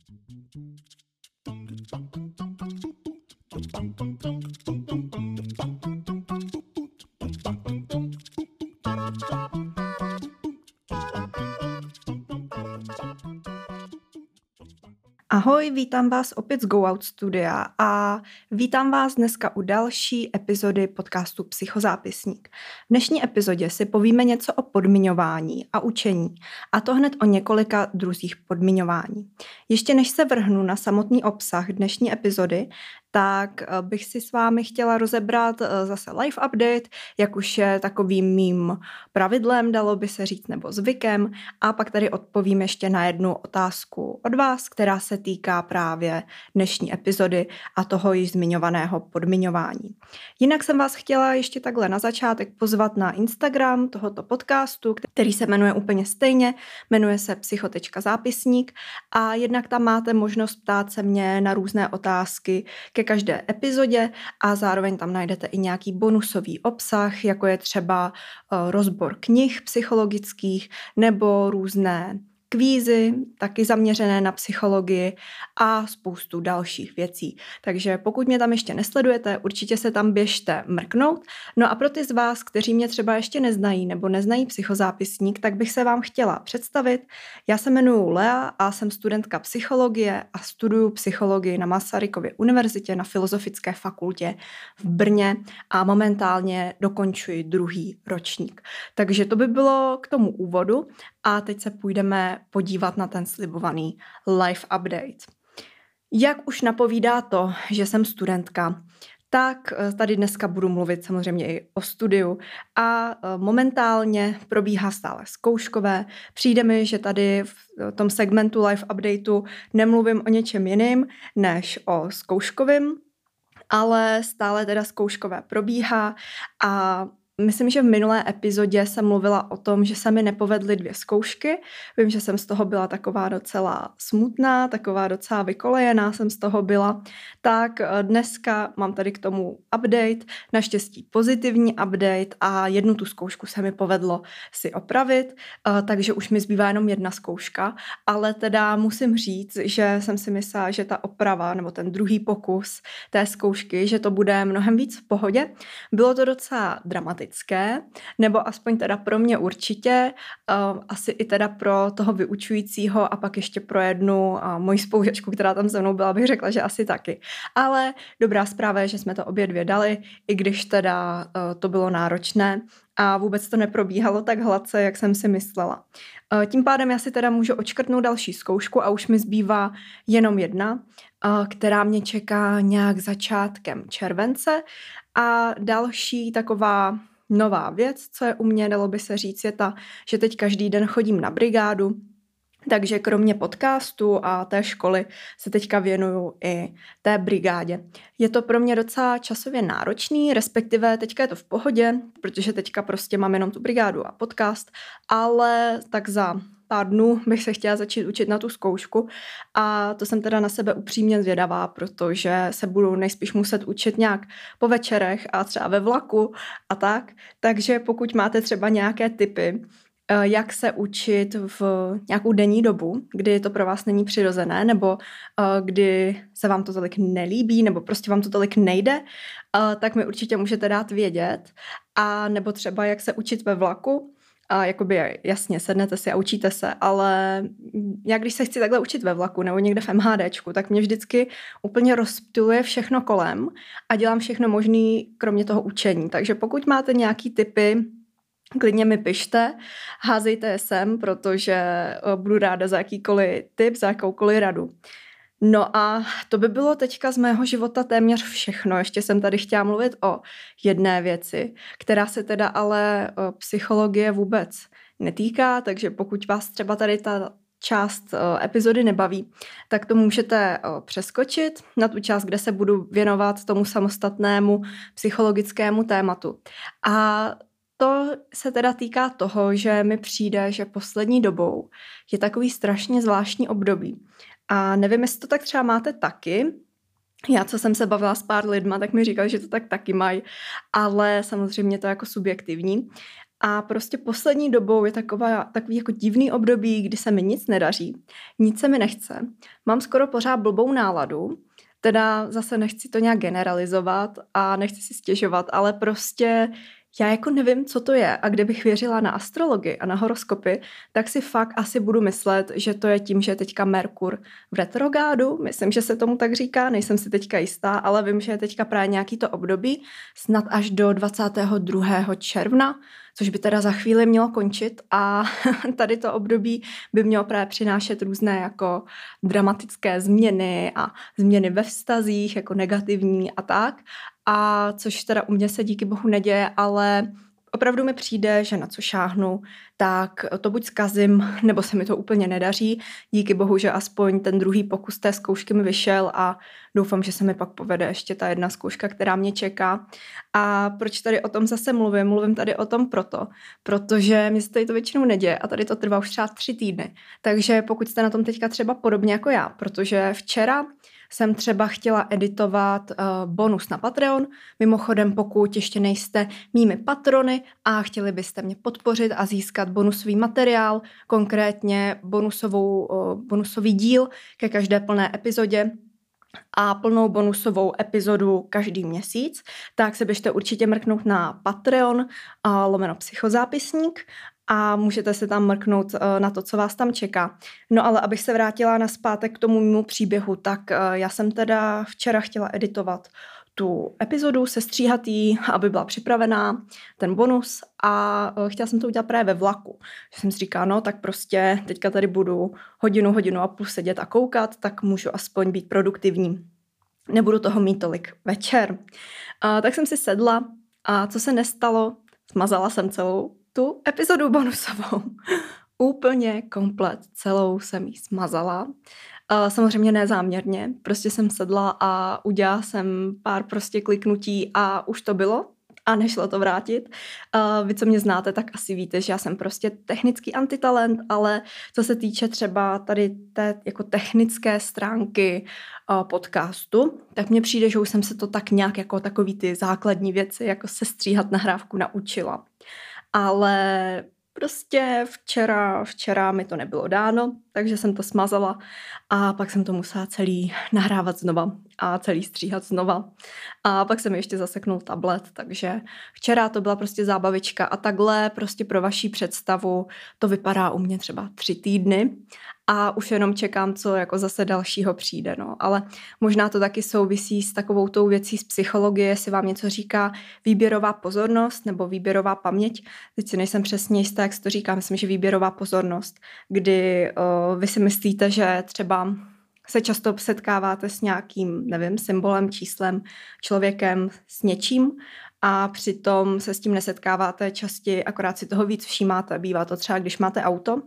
Ahoj, vítám vás opět z Go Out Studia a vítám vás dneska u další epizody podcastu Psychozápisník. V dnešní epizodě si povíme něco o podmiňování a učení, a to hned o několika druzích podmiňování. Ještě než se vrhnu na samotný obsah dnešní epizody, tak bych si s vámi chtěla rozebrat zase live update, jak už je takovým mým pravidlem, dalo by se říct, nebo zvykem, a pak tady odpovím ještě na jednu otázku od vás, která se týká právě dnešní epizody a toho již zmiňovaného podmiňování. Jinak jsem vás chtěla ještě takhle na začátek pozvat na Instagram tohoto podcastu, který se jmenuje úplně stejně, jmenuje se psycho.zápisník, a jednak tam máte možnost ptát se mě na různé otázky ke každé epizodě a zároveň tam najdete i nějaký bonusový obsah, jako je třeba rozbor knih psychologických nebo různé kvízy, taky zaměřené na psychologii a spoustu dalších věcí. Takže pokud mě tam ještě nesledujete, určitě se tam běžte mrknout. No a pro ty z vás, kteří mě třeba ještě neznají nebo neznají Psychozápisník, tak bych se vám chtěla představit. Já se jmenuji Lea a jsem studentka psychologie a studuju psychologii na Masarykově univerzitě na Filozofické fakultě v Brně a momentálně dokončuji 2. ročník. Takže to by bylo k tomu úvodu a teď se půjdeme podívat na ten slibovaný live update. Jak už napovídá to, že jsem studentka, tak tady dneska budu mluvit samozřejmě i o studiu a momentálně probíhá stále zkouškové. Přijde mi, že tady v tom segmentu live updateu nemluvím o něčem jiným než o zkouškovém, ale stále teda zkouškové probíhá a myslím, že v minulé epizodě jsem mluvila o tom, že se mi nepovedly 2 zkoušky. Vím, že jsem z toho byla taková docela smutná, taková docela vykolejená jsem z toho byla. Tak dneska mám tady k tomu update, naštěstí pozitivní update a jednu tu zkoušku se mi povedlo si opravit, takže už mi zbývá jenom 1 zkouška, ale teda musím říct, že jsem si myslela, že ta oprava nebo ten 2. pokus té zkoušky, že to bude mnohem víc v pohodě. Bylo to docela dramatické, nebo aspoň teda pro mě určitě, asi i teda pro toho vyučujícího a pak ještě pro jednu moji spolužačku, která tam se mnou byla, bych řekla, že asi taky. Ale dobrá zpráva je, že jsme to obě 2 dali, i když teda to bylo náročné a vůbec to neprobíhalo tak hladce, jak jsem si myslela. Tím pádem já si teda můžu odškrtnout další zkoušku a už mi zbývá jenom 1, která mě čeká nějak začátkem července, a další taková nová věc, co je u mě, dalo by se říct, je ta, že teď každý den chodím na brigádu, takže kromě podcastu a té školy se teďka věnuju i té brigádě. Je to pro mě docela časově náročný, respektive teďka je to v pohodě, protože teďka prostě mám jenom tu brigádu a podcast, ale tak za pár dnů bych se chtěla začít učit na tu zkoušku a to jsem teda na sebe upřímně zvědavá, protože se budu nejspíš muset učit nějak po večerech a třeba ve vlaku a tak. Takže pokud máte třeba nějaké tipy, jak se učit v nějakou denní dobu, kdy to pro vás není přirozené, nebo kdy se vám to tolik nelíbí, nebo prostě vám to tolik nejde, tak mi určitě můžete dát vědět. A nebo třeba jak se učit ve vlaku, a jakoby jasně, sednete si a učíte se, ale já když se chci takhle učit ve vlaku nebo někde v MHDčku, tak mě vždycky úplně rozptyluje všechno kolem a dělám všechno možné kromě toho učení. Takže pokud máte nějaký tipy, klidně mi pište, házejte je sem, protože budu ráda za jakýkoliv tip, za jakoukoliv radu. No a to by bylo teďka z mého života téměř všechno. Ještě jsem tady chtěla mluvit o jedné věci, která se teda ale psychologie vůbec netýká, takže pokud vás třeba tady ta část epizody nebaví, tak to můžete přeskočit na tu část, kde se budu věnovat tomu samostatnému psychologickému tématu. A to se teda týká toho, že mi přijde, že poslední dobou je takový strašně zvláštní období. A nevím, jestli to tak třeba máte taky. Já, co jsem se bavila s pár lidma, tak mi říkali, že to tak taky mají, ale samozřejmě to je jako subjektivní. A prostě poslední dobou je takový jako divný období, kdy se mi nic nedaří, nic se mi nechce. Mám skoro pořád blbou náladu, teda zase nechci to nějak generalizovat a nechci si stěžovat, ale prostě já jako nevím, co to je. A kdybych věřila na astrologii a na horoskopy, tak si fakt asi budu myslet, že to je tím, že je teďka Merkur v retrográdu. Myslím, že se tomu tak říká, nejsem si teďka jistá, ale vím, že je teďka právě nějaký to období, snad až do 22. června, což by teda za chvíli mělo končit a tady to období by mělo právě přinášet různé jako dramatické změny a změny ve vztazích, jako negativní a tak. A což teda u mě se díky bohu neděje, ale opravdu mi přijde, že na co šáhnu, tak to buď zkazím, nebo se mi to úplně nedaří. Díky bohu, že aspoň ten druhý pokus té zkoušky mi vyšel a doufám, že se mi pak povede ještě ta jedna zkouška, která mě čeká. A proč tady o tom zase mluvím? Mluvím tady o tom protože mi se tady to většinou neděje a tady to trvá už třeba 3 týdny. Takže pokud jste na tom teďka třeba podobně jako já, protože včera jsem třeba chtěla editovat bonus na Patreon. Mimochodem, pokud ještě nejste mými patrony a chtěli byste mě podpořit a získat bonusový materiál, konkrétně bonusový díl ke každé plné epizodě a plnou bonusovou epizodu každý měsíc, tak se běžte určitě mrknout na Patreon /psychozápisník a můžete se tam mrknout na to, co vás tam čeká. No ale abych se vrátila nazpátek k tomu mému příběhu, tak já jsem teda včera chtěla editovat tu epizodu, sestříhat ji, aby byla připravená, ten bonus a chtěla jsem to udělat právě ve vlaku. Že jsem si říkala, no tak prostě teďka tady budu hodinu a půl sedět a koukat, tak můžu aspoň být produktivní. Nebudu toho mít tolik večer. Tak jsem si sedla a co se nestalo, smazala jsem celou tu epizodu bonusovou. Úplně komplet celou jsem ji smazala. Samozřejmě nezáměrně, prostě jsem sedla a udělala jsem pár prostě kliknutí a už to bylo a nešlo to vrátit. Vy, co mě znáte, tak asi víte, že já jsem prostě technický antitalent, ale co se týče třeba tady té jako technické stránky podcastu, tak mně přijde, že už jsem se to tak nějak jako takový ty základní věci, jako sestříhat nahrávku naučila. Ale prostě včera mi to nebylo dáno, takže jsem to smazala a pak jsem to musela celý nahrávat znova a celý stříhat znova. A pak se mi ještě zaseknul tablet, takže včera to byla prostě zábavička a takhle prostě pro vaši představu to vypadá u mě třeba 3 týdny a už jenom čekám, co jako zase dalšího přijde, no. Ale možná to taky souvisí s takovou tou věcí z psychologie, jestli vám něco říká výběrová pozornost nebo výběrová paměť. Teď si nejsem přesně jistá, jak se to říká, myslím, že výběrová pozornost, kdy vy si myslíte, že třeba se často setkáváte s nějakým, nevím, symbolem, číslem, člověkem, s něčím a přitom se s tím nesetkáváte častěji, akorát si toho víc všímáte. Bývá to třeba, když máte auto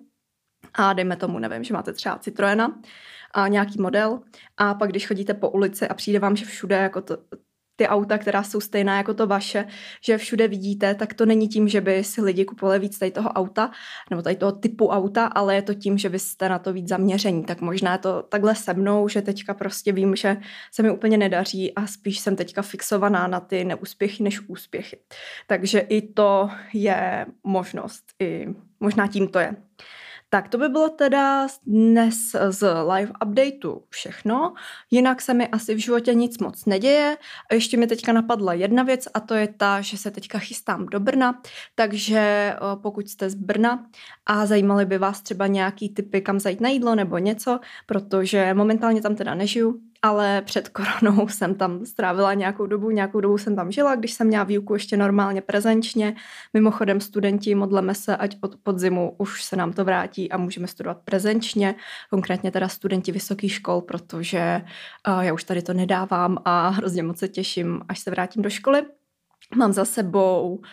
a dejme tomu, nevím, že máte třeba Citroena a nějaký model a pak když chodíte po ulici a přijde vám, že všude jako ty auta, která jsou stejná jako to vaše, že všude vidíte, tak to není tím, že by si lidi kupovali víc tady toho auta, nebo tady toho typu auta, ale je to tím, že vy jste na to víc zaměření. Tak možná je to takhle se mnou, že teďka prostě vím, že se mi úplně nedaří a spíš jsem teďka fixovaná na ty neúspěchy než úspěchy. Takže i to je možnost, i možná tím to je. Tak to by bylo teda dnes z live updateu všechno, jinak se mi asi v životě nic moc neděje. A ještě mi teďka napadla jedna věc a to je ta, že se teďka chystám do Brna, takže pokud jste z Brna a zajímaly by vás třeba nějaký tipy, kam zajít na jídlo nebo něco, protože momentálně tam teda nežiju, ale před koronou jsem tam strávila nějakou dobu jsem tam žila, když jsem měla výuku ještě normálně prezenčně. Mimochodem studenti, modleme se, ať od podzimu už se nám to vrátí a můžeme studovat prezenčně, konkrétně teda studenti vysokých škol, protože já už tady to nedávám a hrozně moc se těším, až se vrátím do školy. Mám za sebou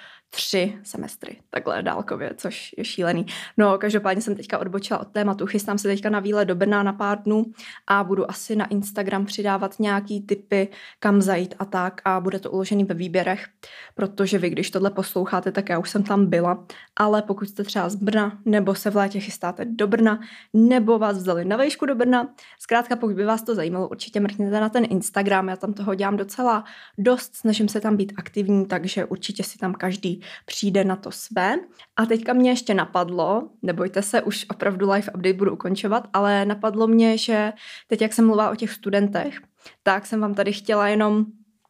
3 semestry, takhle dálkově, což je šílený. No, každopádně jsem teďka odbočila od tématu, chystám se teďka na výlet do Brna na pár dnů a budu asi na Instagram přidávat nějaký tipy, kam zajít a tak a bude to uložený ve výběrech, protože vy, když tohle posloucháte, tak já už jsem tam byla, ale pokud jste třeba z Brna, nebo se v létě chystáte do Brna, nebo vás vzali na vejšku do Brna, zkrátka pokud by vás to zajímalo, určitě mrkněte na ten Instagram, já tam toho dělám docela dost, snažím se tam být aktivní, takže určitě si tam každý každý přijde na to své. A teďka mě ještě napadlo, nebojte se, už opravdu live update budu ukončovat, ale napadlo mě, že teď, jak jsem mluvila o těch studentech, tak jsem vám tady chtěla jenom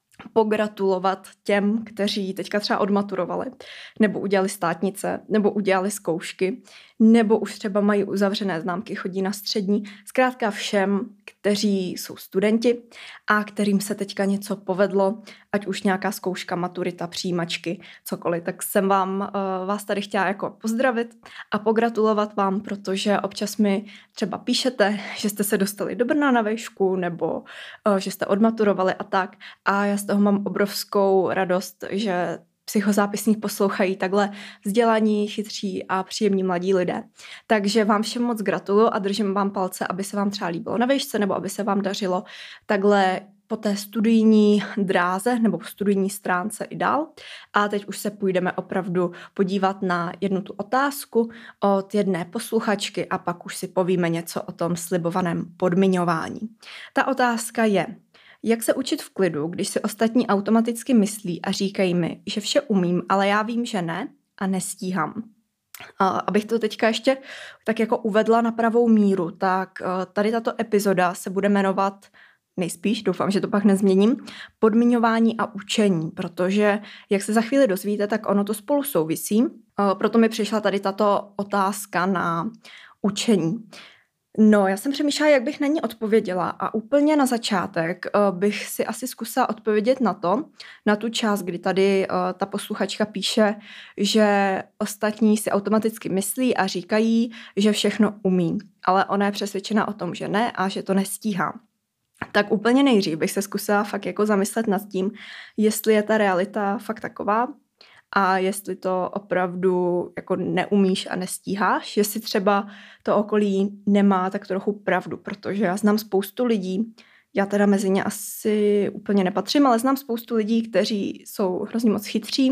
pogratulovat těm, kteří teďka třeba odmaturovali, nebo udělali státnice, nebo udělali zkoušky, nebo už třeba mají uzavřené známky, chodí na střední. Zkrátka všem, kteří jsou studenti a kterým se teďka něco povedlo, ať už nějaká zkouška, maturita, přijímačky, cokoliv, tak jsem vás tady chtěla jako pozdravit a pogratulovat vám, protože občas mi třeba píšete, že jste se dostali do Brna na vejšku, nebo že jste odmaturovali a tak. A já z toho mám obrovskou radost, že Psychozápisník poslouchají takhle vzdělaní, chytří a příjemní mladí lidé. Takže vám všem moc gratuluju a držím vám palce, aby se vám třeba líbilo na výšce, nebo aby se vám dařilo takhle po té studijní dráze nebo studijní stránce i dál. A teď už se půjdeme opravdu podívat na jednu tu otázku od jedné posluchačky a pak už si povíme něco o tom slibovaném podmiňování. Ta otázka je: jak se učit v klidu, když si ostatní automaticky myslí a říkají mi, že vše umím, ale já vím, že ne a nestíhám. Abych to teďka ještě tak jako uvedla na pravou míru, tak tady tato epizoda se bude jmenovat, nejspíš, doufám, že to pak nezměním, podmiňování a učení, protože jak se za chvíli dozvíte, tak ono to spolu souvisí. Proto mi přišla tady tato otázka na učení. No, já jsem přemýšlela, jak bych na ní odpověděla a úplně na začátek bych si asi zkusila odpovědět na tu část, kdy tady ta posluchačka píše, že ostatní si automaticky myslí a říkají, že všechno umí, ale ona je přesvědčena o tom, že ne a že to nestíhá. Tak úplně nejdřív bych se zkusila fakt jako zamyslet nad tím, jestli je ta realita fakt taková, a jestli to opravdu jako neumíš a nestíháš, jestli třeba to okolí nemá tak trochu pravdu, protože já znám spoustu lidí, já teda mezi ně asi úplně nepatřím, ale znám spoustu lidí, kteří jsou hrozně moc chytří,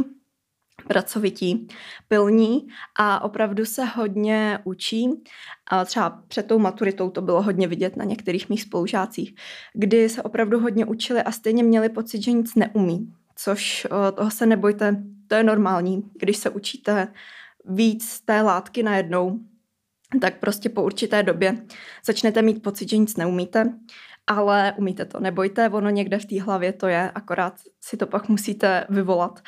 pracovití, pilní a opravdu se hodně učí. A třeba před tou maturitou to bylo hodně vidět na některých mých spolužácích, kdy se opravdu hodně učili a stejně měli pocit, že nic neumí. Což toho se nebojte, to je normální. Když se učíte víc té látky najednou, tak prostě po určité době začnete mít pocit, že nic neumíte, ale umíte to. Nebojte, ono někde v té hlavě to je, akorát si to pak musíte vyvolat.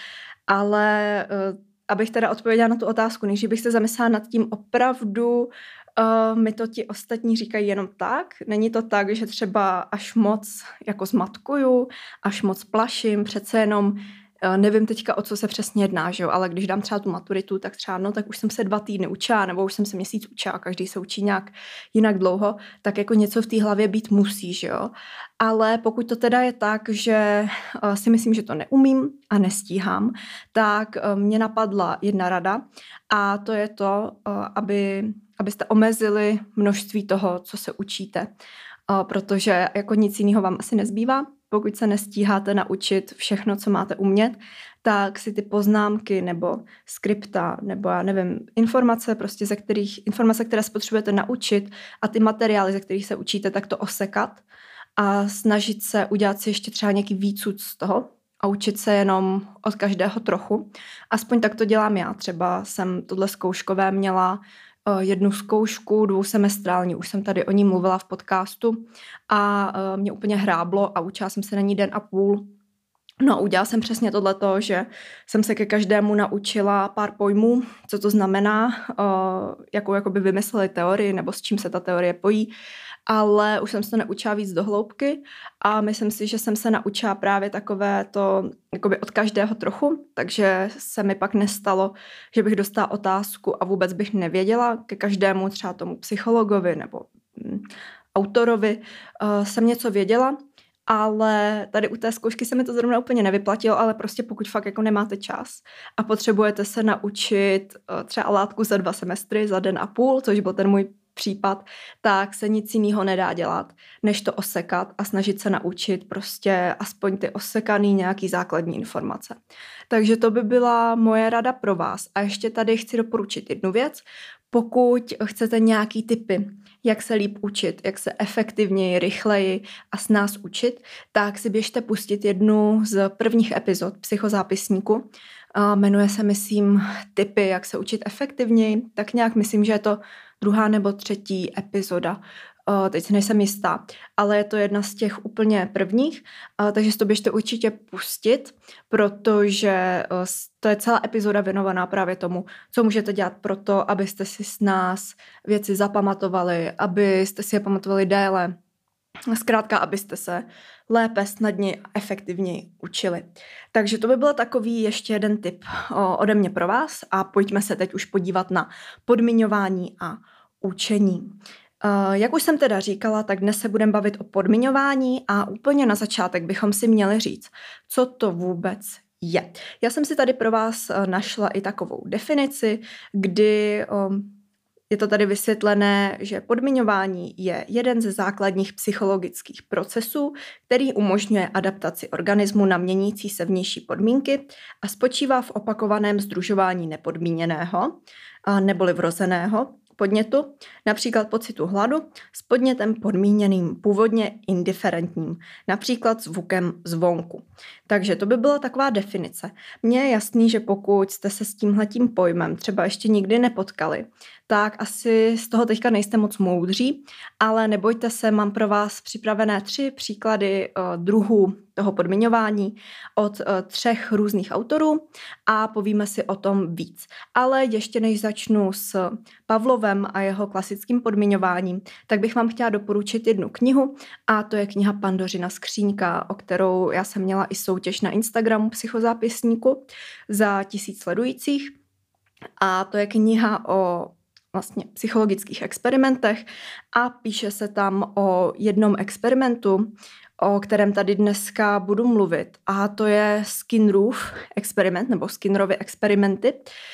Ale abych teda odpověděla na tu otázku, než bych se zamyslela nad tím opravdu, mi to ti ostatní říkají jenom tak. Není to tak, že třeba až moc jako zmatkuju, až moc plaším, přece jenom nevím teďka, o co se přesně jedná, že jo? Ale když dám třeba tu maturitu, tak třeba tak už jsem se 2 týdny učila, nebo už jsem se měsíc učila, každý se učí nějak jinak dlouho, tak jako něco v té hlavě být musí, že jo? Ale pokud to teda je tak, že si myslím, že to neumím a nestíhám, tak mě napadla jedna rada a to je to, abyste omezili množství toho, co se učíte, protože jako nic jiného vám asi nezbývá. Pokud se nestíháte naučit všechno, co máte umět, tak si ty poznámky nebo skripta nebo já nevím, informace, které se potřebujete naučit a ty materiály, ze kterých se učíte, tak to osekat a snažit se udělat si ještě třeba nějaký výcud z toho a učit se jenom od každého trochu. Aspoň tak to dělám já. Třeba jsem tohle zkouškové měla jednu zkoušku 2semestrální, už jsem tady o ní mluvila v podcastu a mě úplně hráblo a učila jsem se na ní 1,5 den. No a udělala jsem přesně tohleto, že jsem se ke každému naučila pár pojmů, co to znamená, jakou jakoby vymysleli teorii nebo s čím se ta teorie pojí, ale už jsem se to neučila víc do hloubky a myslím si, že jsem se naučila právě takové to jakoby od každého trochu, takže se mi pak nestalo, že bych dostala otázku a vůbec bych nevěděla ke každému třeba tomu psychologovi nebo autorovi jsem něco věděla, ale tady u té zkoušky se mi to zrovna úplně nevyplatilo, ale prostě pokud fakt jako nemáte čas a potřebujete se naučit třeba látku za 2 semestry, za 1,5 den, což byl ten můj případ, tak se nic jiného nedá dělat, než to osekat a snažit se naučit prostě aspoň ty osekaný nějaký základní informace. Takže to by byla moje rada pro vás. A ještě tady chci doporučit jednu věc. Pokud chcete nějaký tipy, jak se líp učit, jak se efektivněji, rychleji a s nás učit, tak si běžte pustit jednu z prvních epizod Psychozápisníku. Jmenuje se, myslím, Tipy, jak se učit efektivněji. Tak nějak myslím, že je to 2. nebo 3. epizoda. Teď si nejsem jistá, ale je to jedna z těch úplně prvních, takže si to běžte určitě pustit, protože to je celá epizoda věnovaná právě tomu, co můžete dělat pro to, abyste si s nás věci zapamatovali, abyste si je pamatovali déle, zkrátka, abyste se lépe, snadněji a efektivněji učili. Takže to by byl takový ještě jeden tip ode mě pro vás a pojďme se teď už podívat na podmiňování a učení. Jak už jsem teda říkala, tak dnes se budeme bavit o podmiňování a úplně na začátek bychom si měli říct, co to vůbec je. Já jsem si tady pro vás našla i takovou definici, kdy je to tady vysvětlené, že podmiňování je jeden ze základních psychologických procesů, který umožňuje adaptaci organismu na měnící se vnější podmínky a spočívá v opakovaném sdružování nepodmíněného neboli vrozeného podnětu, například pocitu hladu, s podnětem podmíněným, původně indiferentním, například zvukem zvonku. Takže to by byla taková definice. Mně je jasný, že pokud jste se s tímhletím pojmem třeba ještě nikdy nepotkali, tak asi z toho teďka nejste moc moudří, ale nebojte se, mám pro vás připravené 3 příklady druhů toho podmiňování od 3 různých autorů a povíme si o tom víc. Ale ještě než začnu s Pavlovem a jeho klasickým podmiňováním, tak bych vám chtěla doporučit jednu knihu a to je kniha Pandořina skříňka, o kterou já jsem měla i soutěž na Instagramu Psychozápisníku za 1000 sledujících. A to je kniha o vlastně psychologických experimentech a píše se tam o jednom experimentu, o kterém tady dneska budu mluvit. A to je Skinnerův experiment, nebo Skinnerovy experimenty,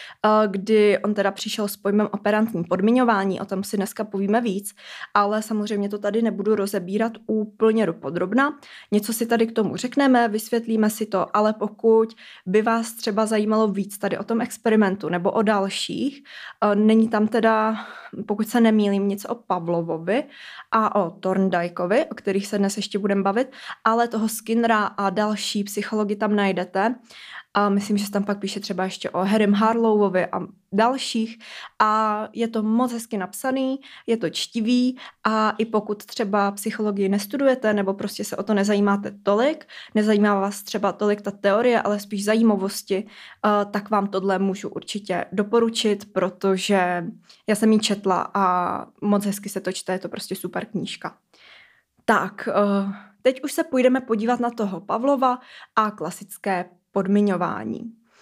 kdy on teda přišel s pojmem operantní podmiňování, o tom si dneska povíme víc, ale samozřejmě to tady nebudu rozebírat úplně dopodrobna. Něco si tady k tomu řekneme, vysvětlíme si to, ale pokud by vás třeba zajímalo víc tady o tom experimentu nebo o dalších, není tam teda, pokud se nemýlím, nic o Pavlovovi a o Thorndikeovi, o kterých se dnes ještě budeme bavit, ale toho Skinnera a další psychologi tam najdete. A myslím, že se tam pak píše třeba ještě o Harrym Harlowovi a dalších a je to moc hezky napsaný, je to čtivý a i pokud třeba psychologii nestudujete nebo prostě se o to nezajímáte tolik, nezajímá vás třeba tolik ta teorie, ale spíš zajímavosti, tak vám tohle můžu určitě doporučit, protože já jsem ji četla a moc hezky se to čte, je to prostě super knížka. Tak, teď už se půjdeme podívat na toho Pavlova a klasické podmiňování.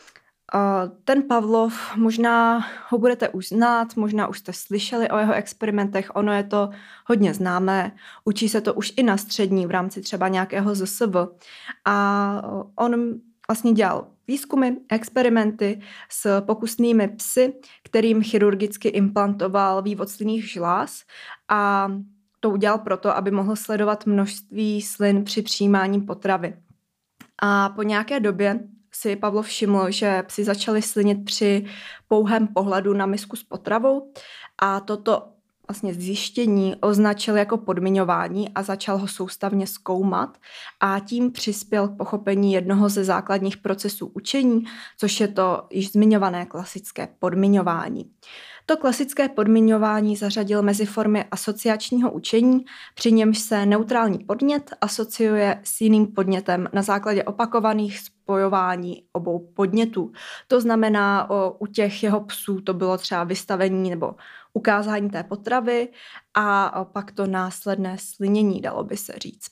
Ten Pavlov, možná ho budete už znát, možná už jste slyšeli o jeho experimentech, ono je to hodně známé, učí se to už i na střední v rámci třeba nějakého ZSV. A on vlastně dělal výzkumy, experimenty s pokusnými psy, kterým chirurgicky implantoval vývod slynných žláz a to udělal proto, aby mohl sledovat množství slin při přijímání potravy. A po nějaké době si Pavlov všiml, že psi začali slynit při pouhém pohledu na misku s potravou a toto vlastně zjištění označil jako podmiňování a začal ho soustavně zkoumat a tím přispěl k pochopení jednoho ze základních procesů učení, což je to již zmiňované klasické podmiňování. To klasické podmiňování zařadil mezi formy asociačního učení, při němž se neutrální podnět asociuje s jiným podnětem na základě opakovaných spojování obou podnětů. To znamená, u těch jeho psů to bylo třeba vystavení nebo ukázání té potravy a pak to následné slinění, dalo by se říct.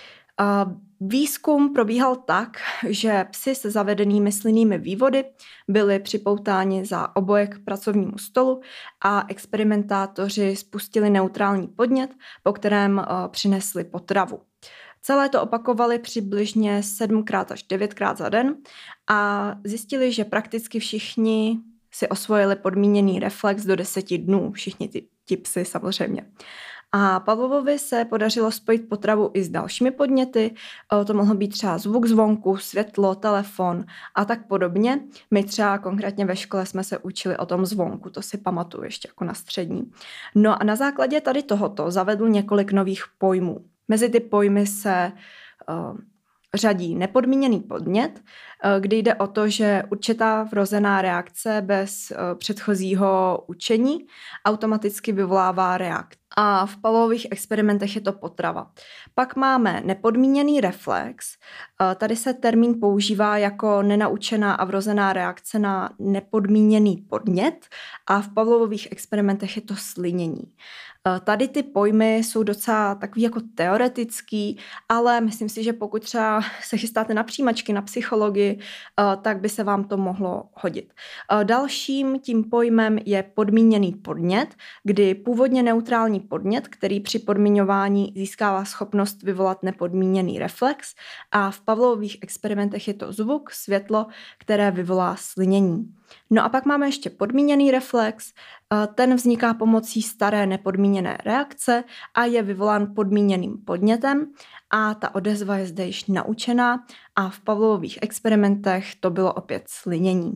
Výzkum probíhal tak, že psi se zavedenými slinnými vývody byli připoutáni za oboje k pracovnímu stolu a experimentátoři spustili neutrální podnět, po kterém přinesli potravu. Celé to opakovali přibližně 7x až 9x za den a zjistili, že prakticky všichni si osvojili podmíněný reflex do 10 dnů, všichni ti psi samozřejmě. A Pavlovovi se podařilo spojit potravu i s dalšími podněty, to mohlo být třeba zvuk zvonku, světlo, telefon a tak podobně. My třeba konkrétně ve škole jsme se učili o tom zvonku, to si pamatuju ještě jako na střední. No a na základě tady tohoto zavedl několik nových pojmů. Mezi ty pojmy se řadí nepodmíněný podnět, kdy jde o to, že určitá vrozená reakce bez předchozího učení automaticky vyvolává reakci. A v Pavlových experimentech je to potrava. Pak máme nepodmíněný reflex. Tady se termín používá jako nenaučená a vrozená reakce na nepodmíněný podnět a v Pavlových experimentech je to slinění. Tady ty pojmy jsou docela takový jako teoretický, ale myslím si, že pokud třeba se chystáte na přijímačky, na psychologii, tak by se vám to mohlo hodit. Dalším tím pojmem je podmíněný podnět, kdy původně neutrální podnět, který při podmiňování získává schopnost vyvolat nepodmíněný reflex a v Pavlových experimentech je to zvuk, světlo, které vyvolá slinění. No a pak máme ještě podmíněný reflex, ten vzniká pomocí staré nepodmíněné reakce a je vyvolán podmíněným podnětem a ta odezva je zde již naučená a v Pavlových experimentech to bylo opět slinění.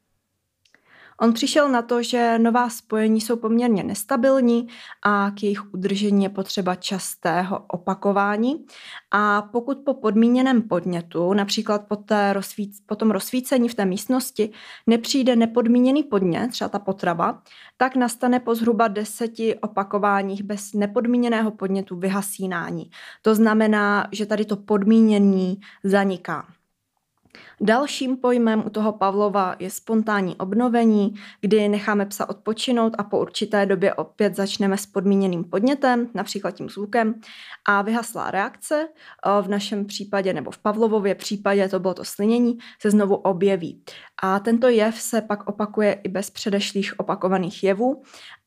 On přišel na to, že nová spojení jsou poměrně nestabilní a k jejich udržení je potřeba častého opakování. A pokud po podmíněném podnětu, například po tom rozsvícení v té místnosti, nepřijde nepodmíněný podnět, třeba ta potrava, tak nastane po zhruba 10 opakováních bez nepodmíněného podnětu vyhasínání. To znamená, že tady to podmínění zaniká. Dalším pojmem u toho Pavlova je spontánní obnovení, kdy necháme psa odpočinout a po určité době opět začneme s podmíněným podnětem, například tím zvukem, a vyhaslá reakce, v našem případě nebo v Pavlovově případě to bylo to slinění, se znovu objeví. A tento jev se pak opakuje i bez předešlých opakovaných jevů,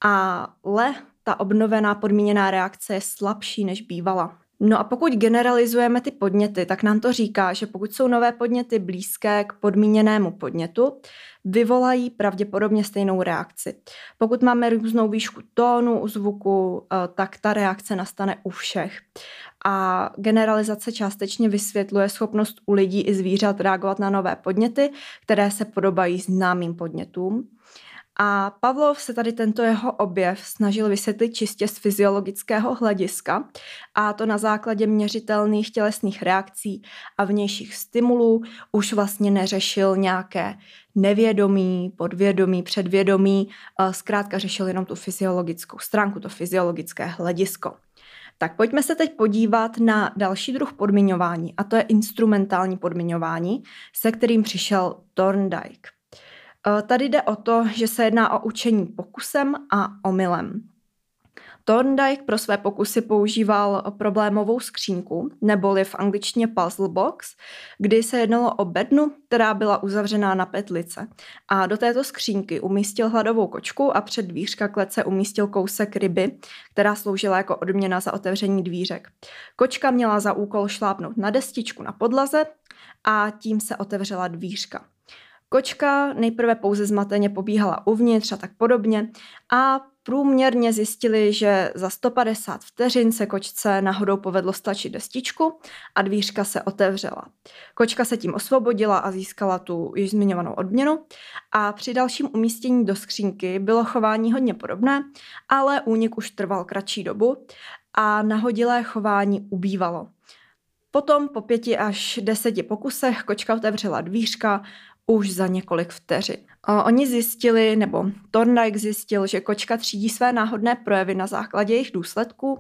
ale ta obnovená podmíněná reakce je slabší než bývala. No a pokud generalizujeme ty podněty, tak nám to říká, že pokud jsou nové podněty blízké k podmíněnému podnětu, vyvolají pravděpodobně stejnou reakci. Pokud máme různou výšku tónu u zvuku, tak ta reakce nastane u všech. A generalizace částečně vysvětluje schopnost u lidí i zvířat reagovat na nové podněty, které se podobají známým podnětům. A Pavlov se tady tento jeho objev snažil vysvětlit čistě z fyziologického hlediska, a to na základě měřitelných tělesných reakcí a vnějších stimulů. Už vlastně neřešil nějaké nevědomí, podvědomí, předvědomí, zkrátka řešil jenom tu fyziologickou stránku, to fyziologické hledisko. Tak pojďme se teď podívat na další druh podmiňování, a to je instrumentální podmiňování, se kterým přišel Thorndike. Tady jde o to, že se jedná o učení pokusem a omylem. Thorndike pro své pokusy používal problémovou skřínku, neboli v angličtině puzzle box, kdy se jednalo o bednu, která byla uzavřená na petlice. A do této skřínky umístil hladovou kočku a před dvířka klece umístil kousek ryby, která sloužila jako odměna za otevření dvířek. Kočka měla za úkol šlápnout na destičku na podlaze a tím se otevřela dvířka. Kočka nejprve pouze zmateně pobíhala uvnitř a tak podobně a průměrně zjistili, že za 150 vteřin se kočce náhodou povedlo stlačit destičku a dvířka se otevřela. Kočka se tím osvobodila a získala tu již zmiňovanou odměnu a při dalším umístění do skřínky bylo chování hodně podobné, ale únik už trval kratší dobu a nahodilé chování ubývalo. Potom po 5 až 10 pokusech kočka otevřela dvířka už za několik vteřin. Oni zjistili, nebo Thorndike zjistil, že kočka třídí své náhodné projevy na základě jejich důsledků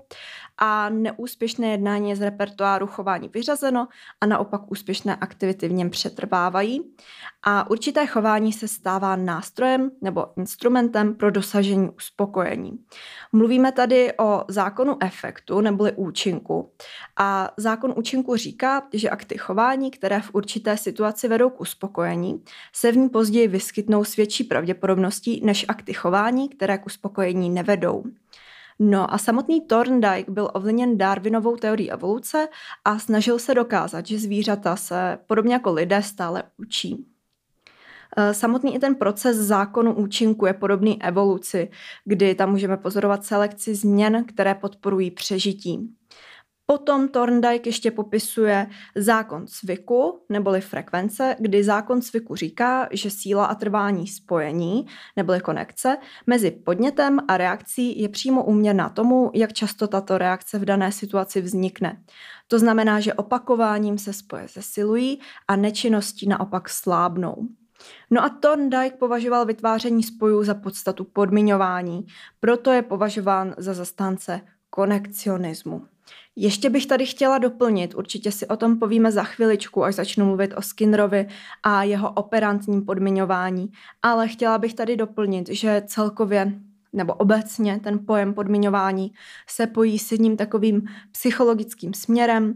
a neúspěšné jednání je z repertoáru chování vyřazeno a naopak úspěšné aktivity v něm přetrvávají a určité chování se stává nástrojem nebo instrumentem pro dosažení uspokojení. Mluvíme tady o zákonu efektu neboli účinku a zákon účinku říká, že akty chování, které v určité situaci vedou k uspokojení, se v ní později vyskytnou s větší pravděpodobností než akty chování, které k uspokojení nevedou. No a samotný Thorndike byl ovlivněn Darwinovou teorií evoluce a snažil se dokázat, že zvířata se podobně jako lidé stále učí. Samotný i ten proces zákonu účinku je podobný evoluci, kdy tam můžeme pozorovat selekci změn, které podporují přežití. Potom Thorndike ještě popisuje zákon cviku, neboli frekvence, kdy zákon cviku říká, že síla a trvání spojení, neboli konekce, mezi podnětem a reakcí je přímo úměrná tomu, jak často tato reakce v dané situaci vznikne. To znamená, že opakováním se spoje zesilují a nečinností naopak slábnou. No a Thorndike považoval vytváření spojů za podstatu podmiňování, proto je považován za zastánce konekcionismu. Ještě bych tady chtěla doplnit, určitě si o tom povíme za chviličku, až začnu mluvit o Skinnerovi a jeho operantním podmiňování, ale chtěla bych tady doplnit, že celkově nebo obecně ten pojem podmiňování se pojí s jedním takovým psychologickým směrem.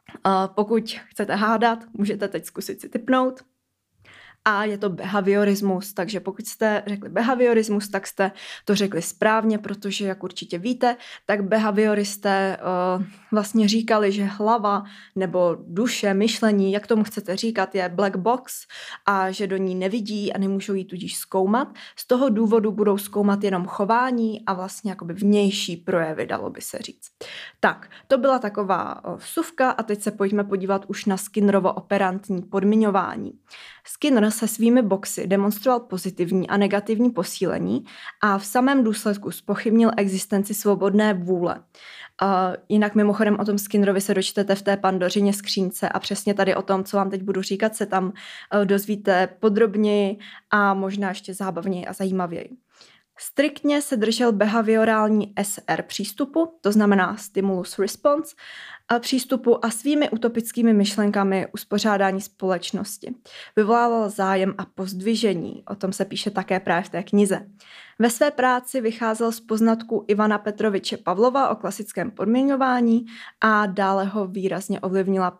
Pokud chcete hádat, můžete teď zkusit si tipnout. A je to behaviorismus, takže pokud jste řekli behaviorismus, tak jste to řekli správně, protože, jak určitě víte, tak behavioristé vlastně říkali, že hlava nebo duše, myšlení, jak tomu chcete říkat, je black box a že do ní nevidí a nemůžou ji tudíž zkoumat. Z toho důvodu budou zkoumat jenom chování a vlastně jakoby vnější projevy, dalo by se říct. Tak, to byla taková vsuvka a teď se pojďme podívat už na Skinnerovo operantní podmiňování. Skinner se svými boxy demonstroval pozitivní a negativní posílení a v samém důsledku zpochybnil existenci svobodné vůle. Jinak mimochodem o tom Skinnerovi se dočtete v té Pandořině skřínce a přesně tady o tom, co vám teď budu říkat, se tam dozvíte podrobněji a možná ještě zábavněji a zajímavěji. Striktně se držel behaviorální SR přístupu, to znamená stimulus response, a přístupu a svými utopickými myšlenkami uspořádání společnosti. Vyvolával zájem a pozdvižení, o tom se píše také právě v té knize. Ve své práci vycházel z poznatků Ivana Petroviče Pavlova o klasickém podmiňování a dále ho výrazně ovlivnila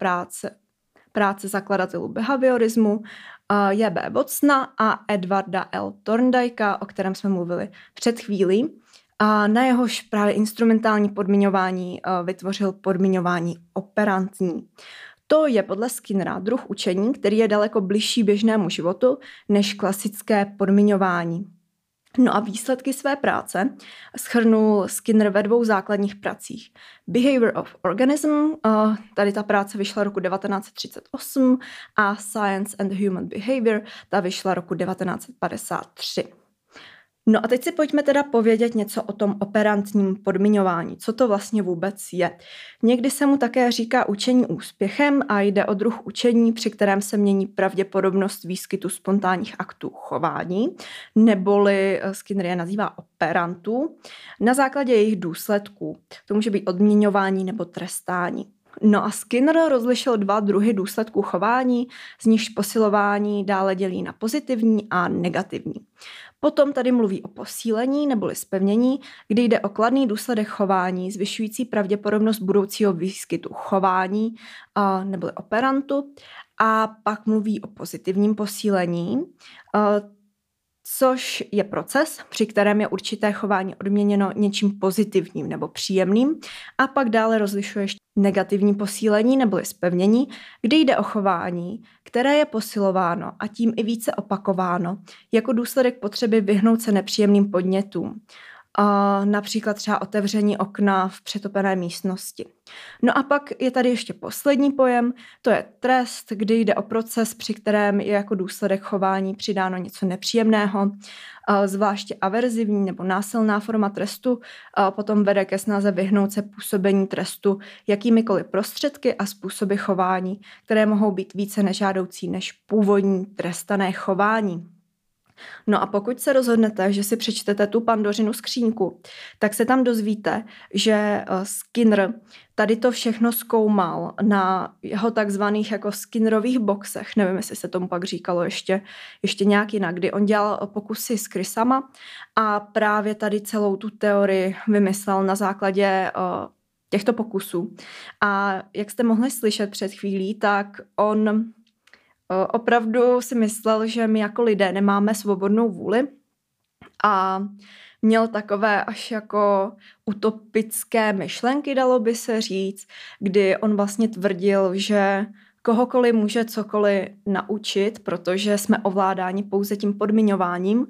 práce zakladatelů behaviorismu J.B. Watsona a Edwarda L. Thorndikea, o kterém jsme mluvili před chvílí. A na jehož právě instrumentální podmiňování vytvořil podmiňování operantní. To je podle Skinnera druh učení, který je daleko bližší běžnému životu než klasické podmiňování. No a výsledky své práce shrnul Skinner ve 2 základních pracích. Behavior of Organism, tady ta práce vyšla roku 1938 a Science and Human Behavior, ta vyšla roku 1953. No a teď si pojďme teda povědět něco o tom operantním podmiňování. Co to vlastně vůbec je? Někdy se mu také říká učení úspěchem a jde o druh učení, při kterém se mění pravděpodobnost výskytu spontánních aktů chování, neboli Skinner je nazývá operantů, na základě jejich důsledků. To může být odměňování nebo trestání. No a Skinner rozlišil 2 druhy důsledků chování, z nichž posilování dále dělí na pozitivní a negativní. Potom tady mluví o posílení neboli zpevnění, kdy jde o kladný důsledek chování, zvyšující pravděpodobnost budoucího výskytu chování neboli operantu. A pak mluví o pozitivním posílení, což je proces, při kterém je určité chování odměněno něčím pozitivním nebo příjemným. A pak dále rozlišuje negativní posílení neboli zpevnění, kdy jde o chování, které je posilováno a tím i více opakováno, jako důsledek potřeby vyhnout se nepříjemným podnětům. Například třeba otevření okna v přetopené místnosti. No a pak je tady ještě poslední pojem, to je trest, kdy jde o proces, při kterém je jako důsledek chování přidáno něco nepříjemného, zvláště averzivní nebo násilná forma trestu, potom vede ke snaze vyhnout se působení trestu jakýmikoliv prostředky a způsoby chování, které mohou být více nežádoucí než původní trestané chování. No a pokud se rozhodnete, že si přečtete tu Pandořinu skříňku, tak se tam dozvíte, že Skinner tady to všechno zkoumal na jeho takzvaných jako Skinnerových boxech. Nevím, jestli se tomu pak říkalo ještě nějak jinak, kdy on dělal pokusy s krysama a právě tady celou tu teorii vymyslel na základě těchto pokusů. A jak jste mohli slyšet před chvílí, tak on opravdu si myslel, že my jako lidé nemáme svobodnou vůli a měl takové až jako utopické myšlenky, dalo by se říct, kdy on vlastně tvrdil, že kohokoliv může cokoliv naučit, protože jsme ovládáni pouze tím podmiňováním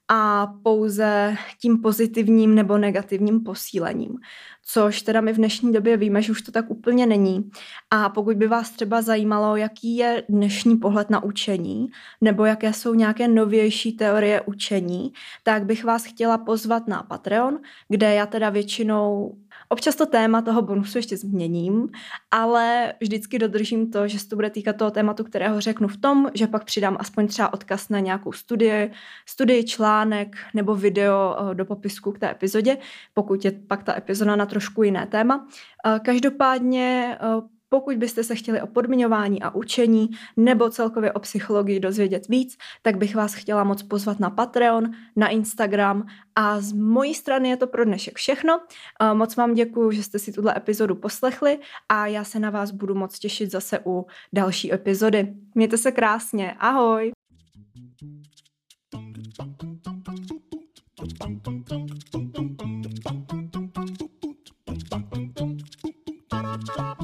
a pouze tím pozitivním nebo negativním posílením. Což teda my v dnešní době víme, že už to tak úplně není. A pokud by vás třeba zajímalo, jaký je dnešní pohled na učení, nebo jaké jsou nějaké novější teorie učení, tak bych vás chtěla pozvat na Patreon, kde já teda většinou občas to téma toho bonusu ještě změním, ale vždycky dodržím to, že se to bude týkat toho tématu, kterého řeknu v tom, že pak přidám aspoň třeba odkaz na nějakou studii, článek nebo video do popisku k té epizodě, pokud je pak ta epizoda na trošku jiné téma. Každopádně pokud byste se chtěli o podmiňování a učení nebo celkově o psychologii dozvědět víc, tak bych vás chtěla moc pozvat na Patreon, na Instagram a z mojí strany je to pro dnešek všechno. Moc vám děkuju, že jste si tuhle epizodu poslechli a já se na vás budu moc těšit zase u další epizody. Mějte se krásně, ahoj! Ba-da-ba.